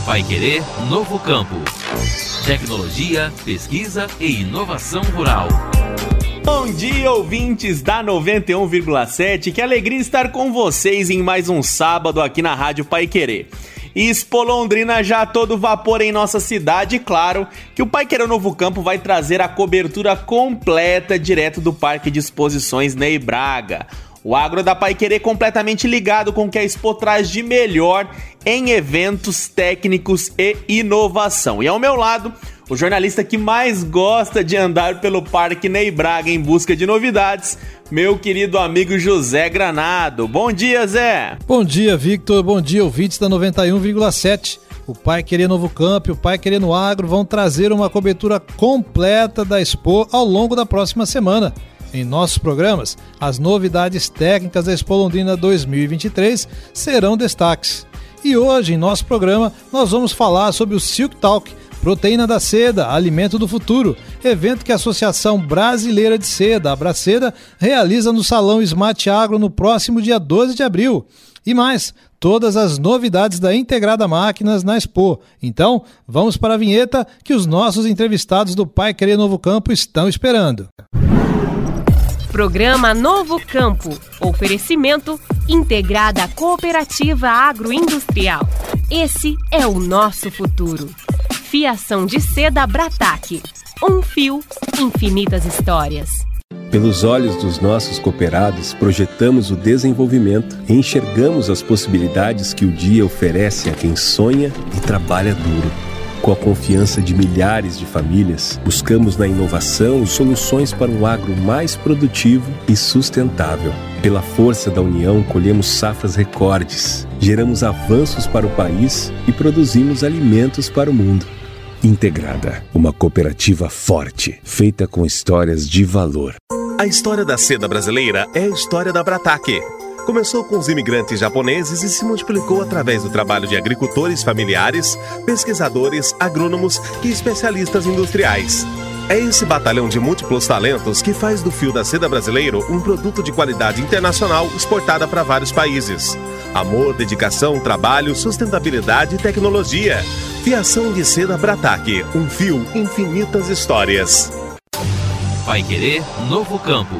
Paiquerê Novo Campo. Tecnologia, pesquisa e inovação rural. Bom dia, ouvintes da 91,7. Que alegria estar com vocês em mais um sábado aqui na Rádio Paiquerê. Expo Londrina já a todo vapor em nossa cidade, e claro que o Paiquerê Novo Campo vai trazer a cobertura completa direto do Parque de Exposições Ney Braga. O agro da Paiquerê completamente ligado com o que a Expo traz de melhor em eventos técnicos e inovação. E ao meu lado, o jornalista que mais gosta de andar pelo Parque Ney Braga em busca de novidades, meu querido amigo José Granado. Bom dia, Zé! Bom dia, Victor. Bom dia, ouvintes da 91,7. O Paiquerê Novo Campo e o Paiquerê no Agro vão trazer uma cobertura completa da Expo ao longo da próxima semana. Em nossos programas, as novidades técnicas da Expo Londrina 2023 serão destaques. E hoje, em nosso programa, nós vamos falar sobre o Silk Talk, Proteína da Seda, Alimento do Futuro, evento que a Associação Brasileira de Seda, a Abraceda, realiza no Salão Smart Agro no próximo dia 12 de abril. E mais, todas as novidades da Integrada Máquinas na Expo. Então, vamos para a vinheta que os nossos entrevistados do Paiquerê Novo Campo estão esperando. Programa Novo Campo. Oferecimento Integrada Cooperativa Agroindustrial. Esse é o nosso futuro. Fiação de seda Brataque. Um fio, infinitas histórias. Pelos olhos dos nossos cooperados, projetamos o desenvolvimento e enxergamos as possibilidades que o dia oferece a quem sonha e trabalha duro. Com a confiança de milhares de famílias, buscamos na inovação soluções para um agro mais produtivo e sustentável. Pela força da união, colhemos safras recordes, geramos avanços para o país e produzimos alimentos para o mundo. Integrada, uma cooperativa forte, feita com histórias de valor. A história da seda brasileira é a história da Brataque. Começou com os imigrantes japoneses e se multiplicou através do trabalho de agricultores familiares, pesquisadores, agrônomos e especialistas industriais. É esse batalhão de múltiplos talentos que faz do fio da seda brasileiro um produto de qualidade internacional exportada para vários países. Amor, dedicação, trabalho, sustentabilidade e tecnologia. Fiação de seda Brataque, um fio, infinitas histórias. Paiquerê Novo Campo.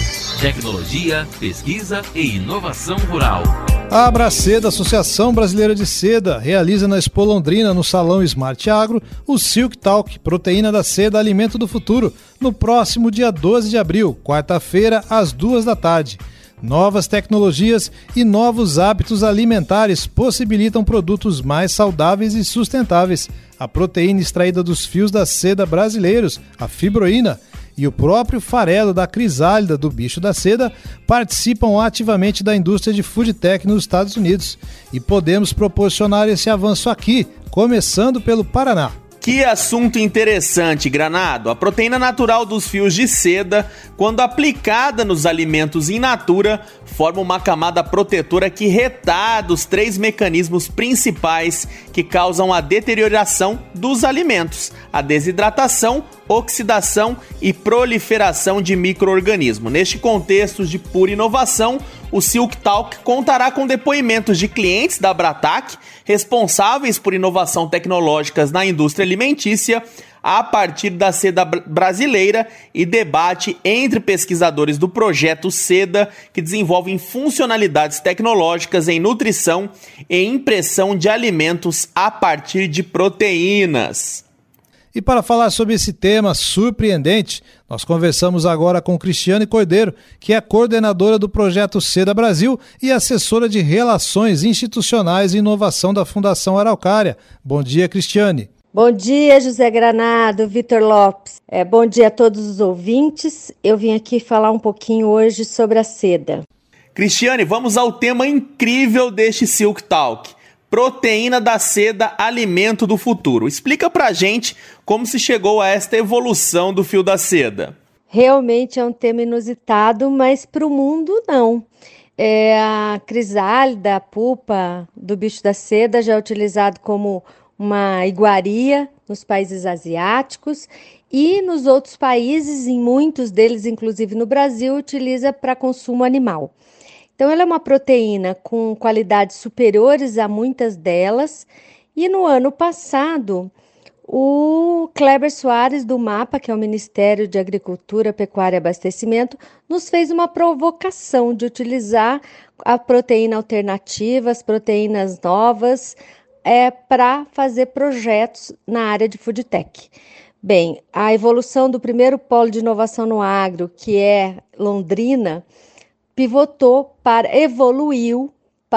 Tecnologia, pesquisa e inovação rural. A Abraceda, Associação Brasileira de Seda, realiza na Expo Londrina, no Salão Smart Agro, o Silk Talk, Proteína da Seda, Alimento do Futuro, no próximo dia 12 de abril, quarta-feira, às 14h. Novas tecnologias e novos hábitos alimentares possibilitam produtos mais saudáveis e sustentáveis. A proteína extraída dos fios da seda brasileiros, a fibroína, e o próprio farelo da crisálida do bicho da seda participam ativamente da indústria de food tech nos Estados Unidos. E podemos proporcionar esse avanço aqui, começando pelo Paraná. Que assunto interessante, Granado. A proteína natural dos fios de seda, quando aplicada nos alimentos in natura, forma uma camada protetora que retarda os 3 mecanismos principais que causam a deterioração dos alimentos: a desidratação, oxidação e proliferação de micro-organismos. Neste contexto de pura inovação, o Silk Talk contará com depoimentos de clientes da Brataque, responsáveis por inovação tecnológicas na indústria alimentícia, a partir da seda brasileira, e debate entre pesquisadores do projeto Seda, que desenvolvem funcionalidades tecnológicas em nutrição e impressão de alimentos a partir de proteínas. E para falar sobre esse tema surpreendente, nós conversamos agora com Cristiane Cordeiro, que é coordenadora do Projeto Seda Brasil e assessora de Relações Institucionais e Inovação da Fundação Araucária. Bom dia, Cristiane. Bom dia, José Granado, Vitor Lopes. Bom dia a todos os ouvintes. Eu vim aqui falar um pouquinho hoje sobre a seda. Cristiane, vamos ao tema incrível deste Silk Talk. Proteína da seda, alimento do futuro. Explica pra gente como se chegou a esta evolução do fio da seda. Realmente é um tema inusitado, mas para o mundo não. A crisálida, a pupa do bicho da seda já é utilizado como uma iguaria nos países asiáticos e nos outros países, em muitos deles, inclusive no Brasil, utiliza para consumo animal. Então, ela é uma proteína com qualidades superiores a muitas delas E no ano passado, o Kleber Soares, do MAPA, que é o Ministério de Agricultura, Pecuária e Abastecimento, nos fez uma provocação de utilizar a proteína alternativa, as proteínas novas, para fazer projetos na área de foodtech. Bem, a evolução do primeiro polo de inovação no agro, que é Londrina, evoluiu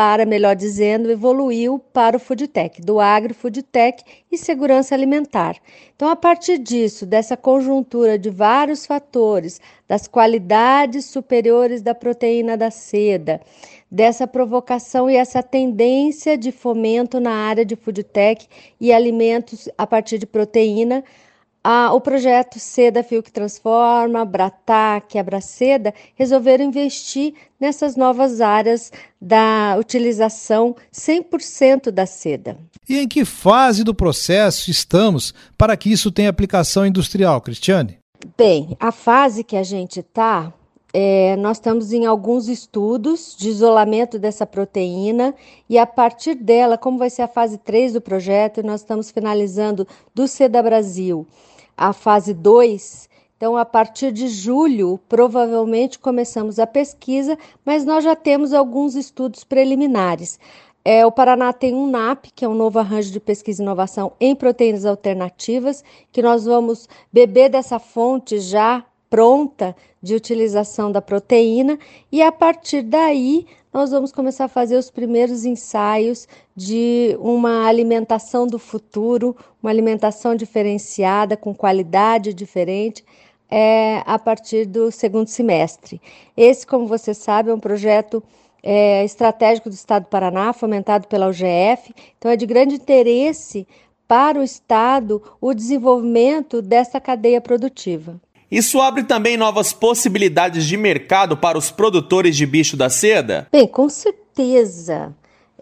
para o foodtech, do agro, foodtech e segurança alimentar. Então, a partir disso, dessa conjuntura de vários fatores, das qualidades superiores da proteína da seda, dessa provocação e essa tendência de fomento na área de foodtech e alimentos a partir de proteína, o projeto Seda Fio que Transforma, Brataque, Abraceda, resolveram investir nessas novas áreas da utilização 100% da seda. E em que fase do processo estamos para que isso tenha aplicação industrial, Cristiane? Bem, a fase que a gente está, nós estamos em alguns estudos de isolamento dessa proteína e a partir dela, como vai ser a fase 3 do projeto, nós estamos finalizando do Seda Brasil a fase 2, então a partir de julho provavelmente começamos a pesquisa, mas nós já temos alguns estudos preliminares. O Paraná tem um NAP, que é um novo arranjo de pesquisa e inovação em proteínas alternativas, que nós vamos beber dessa fonte já pronta de utilização da proteína e a partir daí nós vamos começar a fazer os primeiros ensaios de uma alimentação do futuro, uma alimentação diferenciada, com qualidade diferente, a partir do segundo semestre. Esse, como você sabe, é um projeto estratégico do Estado do Paraná, fomentado pela UGF, então é de grande interesse para o Estado o desenvolvimento dessa cadeia produtiva. Isso abre também novas possibilidades de mercado para os produtores de bicho da seda? Bem, com certeza.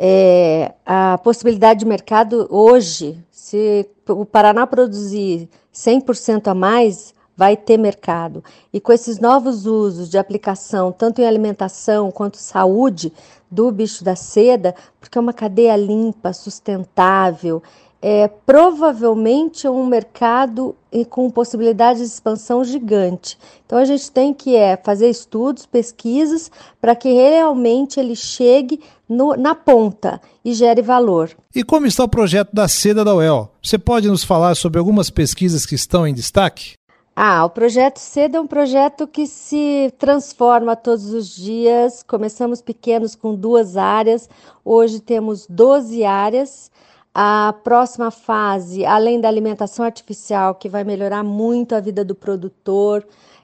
A possibilidade de mercado hoje, se o Paraná produzir 100% a mais, vai ter mercado. E com esses novos usos de aplicação, tanto em alimentação quanto saúde do bicho da seda, porque é uma cadeia limpa, sustentável, provavelmente é um mercado com possibilidade de expansão gigante. Então a gente tem que fazer estudos, pesquisas, para que realmente ele chegue na ponta e gere valor. E como está o projeto da seda da UEL? Você pode nos falar sobre algumas pesquisas que estão em destaque? O projeto Seda é um projeto que se transforma todos os dias. Começamos pequenos com 2 áreas, hoje temos 12 áreas. A próxima fase, além da alimentação artificial, que vai melhorar muito a vida do produtor,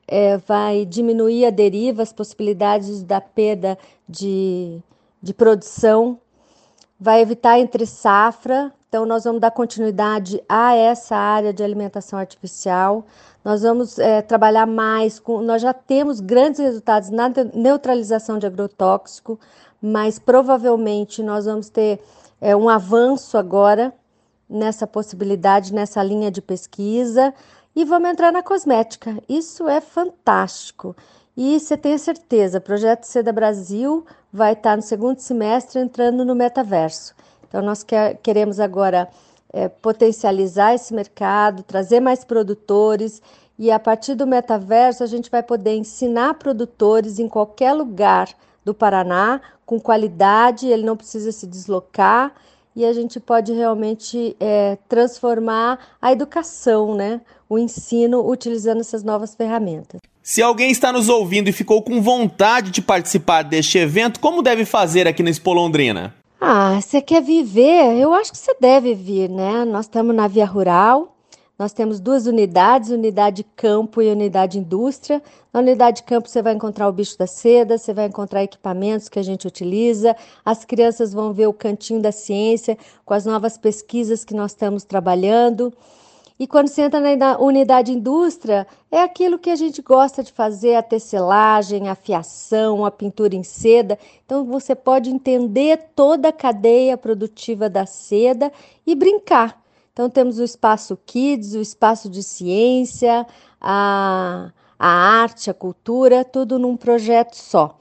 vai diminuir a deriva, as possibilidades da perda de produção, vai evitar entre safra. Então, nós vamos dar continuidade a essa área de alimentação artificial. Nós vamos trabalhar mais nós já temos grandes resultados na neutralização de agrotóxico, mas provavelmente nós vamos ter um avanço agora nessa possibilidade, nessa linha de pesquisa, e vamos entrar na cosmética. Isso é fantástico. E você tem certeza, o projeto Seda Brasil vai estar no segundo semestre entrando no metaverso. Então, nós queremos agora potencializar esse mercado, trazer mais produtores, e a partir do metaverso a gente vai poder ensinar produtores em qualquer lugar do Paraná, com qualidade, ele não precisa se deslocar, e a gente pode realmente transformar a educação, né? O ensino, utilizando essas novas ferramentas. Se alguém está nos ouvindo e ficou com vontade de participar deste evento, como deve fazer aqui na Expo Londrina? Você quer viver? Eu acho que você deve vir, né? Nós estamos na Via Rural, nós temos 2 unidades, unidade campo e unidade indústria. Na unidade campo você vai encontrar o bicho da seda, você vai encontrar equipamentos que a gente utiliza, as crianças vão ver o cantinho da ciência com as novas pesquisas que nós estamos trabalhando. E quando você entra na unidade indústria, é aquilo que a gente gosta de fazer, a tecelagem, a fiação, a pintura em seda. Então você pode entender toda a cadeia produtiva da seda e brincar. Então temos o espaço Kids, o espaço de ciência, a arte, a cultura, tudo num projeto só.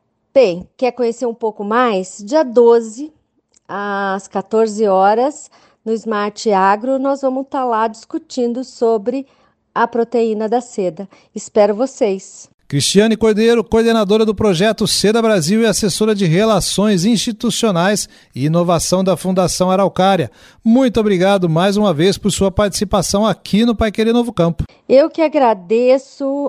Bem, quer conhecer um pouco mais? Dia 12, às 14 horas, no Smart Agro, nós vamos estar lá discutindo sobre a proteína da seda. Espero vocês. Cristiane Cordeiro, coordenadora do projeto Seda Brasil e assessora de Relações Institucionais e Inovação da Fundação Araucária. Muito obrigado mais uma vez por sua participação aqui no Paiquerê Novo Campo. Eu que agradeço,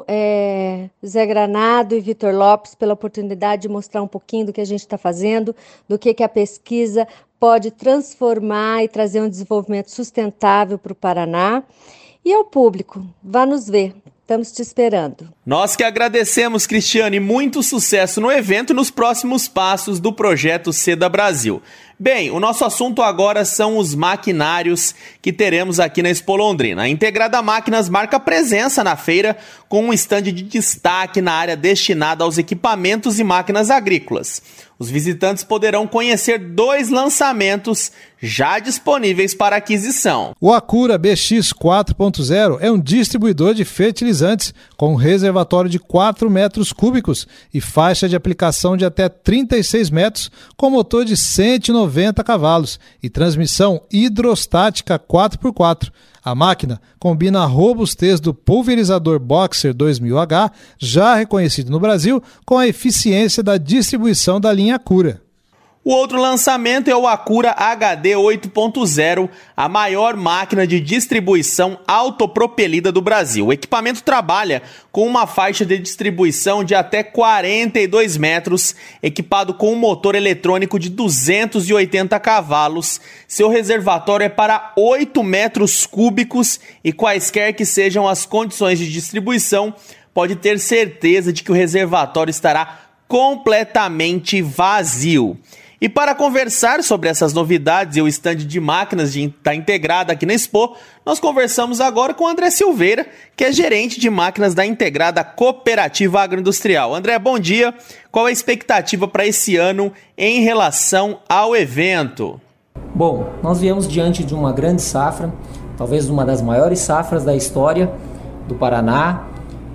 Zé Granado e Vitor Lopes, pela oportunidade de mostrar um pouquinho do que a gente está fazendo, do que a pesquisa pode transformar e trazer um desenvolvimento sustentável para o Paraná. E ao público, vá nos ver. Estamos te esperando. Nós que agradecemos, Cristiane, muito sucesso no evento e nos próximos passos do projeto Seda Brasil. Bem, o nosso assunto agora são os maquinários que teremos aqui na Expo Londrina. A Integrada Máquinas marca presença na feira com um estande de destaque na área destinada aos equipamentos e máquinas agrícolas. Os visitantes poderão conhecer 2 lançamentos já disponíveis para aquisição. O Acura BX 4.0 é um distribuidor de fertilizantes com reservatório de 4 metros cúbicos e faixa de aplicação de até 36 metros com motor de 190 cavalos e transmissão hidrostática 4x4. A máquina combina a robustez do pulverizador Boxer 2000H, já reconhecido no Brasil, com a eficiência da distribuição da linha Acura. O outro lançamento é o Acura HD 8.0, a maior máquina de distribuição autopropelida do Brasil. O equipamento trabalha com uma faixa de distribuição de até 42 metros, equipado com um motor eletrônico de 280 cavalos. Seu reservatório é para 8 metros cúbicos e quaisquer que sejam as condições de distribuição, pode ter certeza de que o reservatório estará completamente vazio. E para conversar sobre essas novidades e o estande de máquinas da Integrada aqui na Expo, nós conversamos agora com o André Silveira, que é gerente de máquinas da Integrada Cooperativa Agroindustrial. André, bom dia. Qual é a expectativa para esse ano em relação ao evento? Bom, nós viemos diante de uma grande safra, talvez uma das maiores safras da história do Paraná,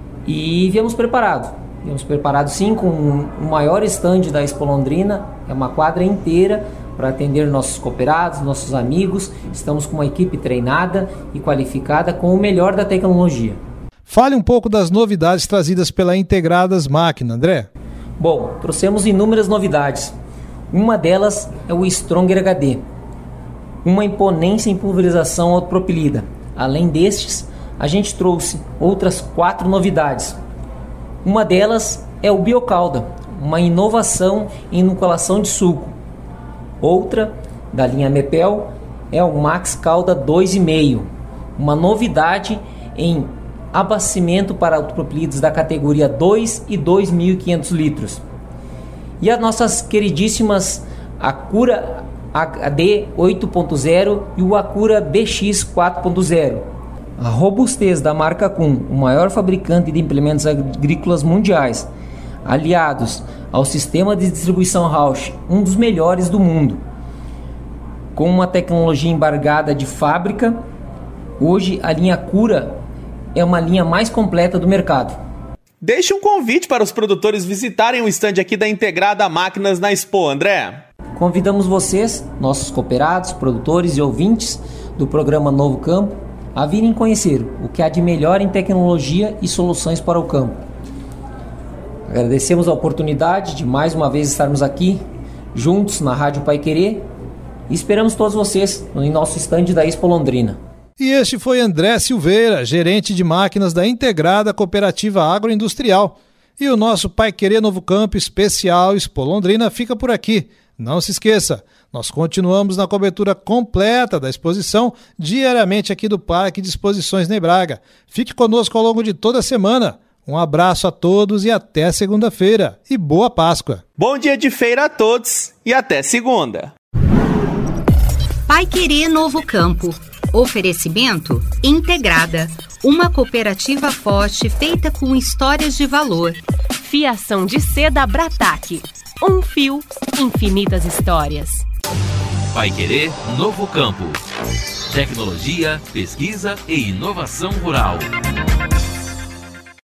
e viemos preparados. Viemos preparados sim com o maior estande da Expo Londrina, é uma quadra inteira para atender nossos cooperados, nossos amigos. Estamos com uma equipe treinada e qualificada com o melhor da tecnologia. Fale um pouco das novidades trazidas pela Integradas Máquinas, André. Bom, trouxemos inúmeras novidades. Uma delas é o Stronger HD, uma imponência em pulverização autopropelida. Além destes, a gente trouxe outras 4 novidades. Uma delas é o Biocalda, uma inovação em inoculação de suco. Outra, da linha Mepel, é o Max Calda 2,5, uma novidade em abastecimento para autopropelidos da categoria 2 e 2.500 litros. E as nossas queridíssimas Acura HD 8.0 e o Acura BX 4.0. A robustez da marca Kuhn, o maior fabricante de implementos agrícolas mundiais, aliados ao sistema de distribuição Roush, um dos melhores do mundo, com uma tecnologia embargada de fábrica, hoje a linha Acura é uma linha mais completa do mercado. Deixe um convite para os produtores visitarem o estande aqui da Integrada Máquinas na Expo, André. Convidamos vocês, nossos cooperados, produtores e ouvintes do programa Novo Campo, a virem conhecer o que há de melhor em tecnologia e soluções para o campo. Agradecemos a oportunidade de mais uma vez estarmos aqui, juntos na Rádio Paiquerê, e esperamos todos vocês em nosso estande da Expo Londrina. E este foi André Silveira, gerente de máquinas da Integrada Cooperativa Agroindustrial. E o nosso Paiquerê Novo Campo especial Expo Londrina fica por aqui. Não se esqueça, nós continuamos na cobertura completa da exposição diariamente aqui do Parque de Exposições Ney Braga. Fique conosco ao longo de toda a semana. Um abraço a todos e até segunda-feira. E boa Páscoa! Bom dia de feira a todos e até segunda! Paiquerê Novo Campo. Oferecimento Integrada, uma cooperativa forte feita com histórias de valor. Fiação de seda Brataque. Um fio, infinitas histórias. Paiquerê Novo Campo. Tecnologia, pesquisa e inovação rural.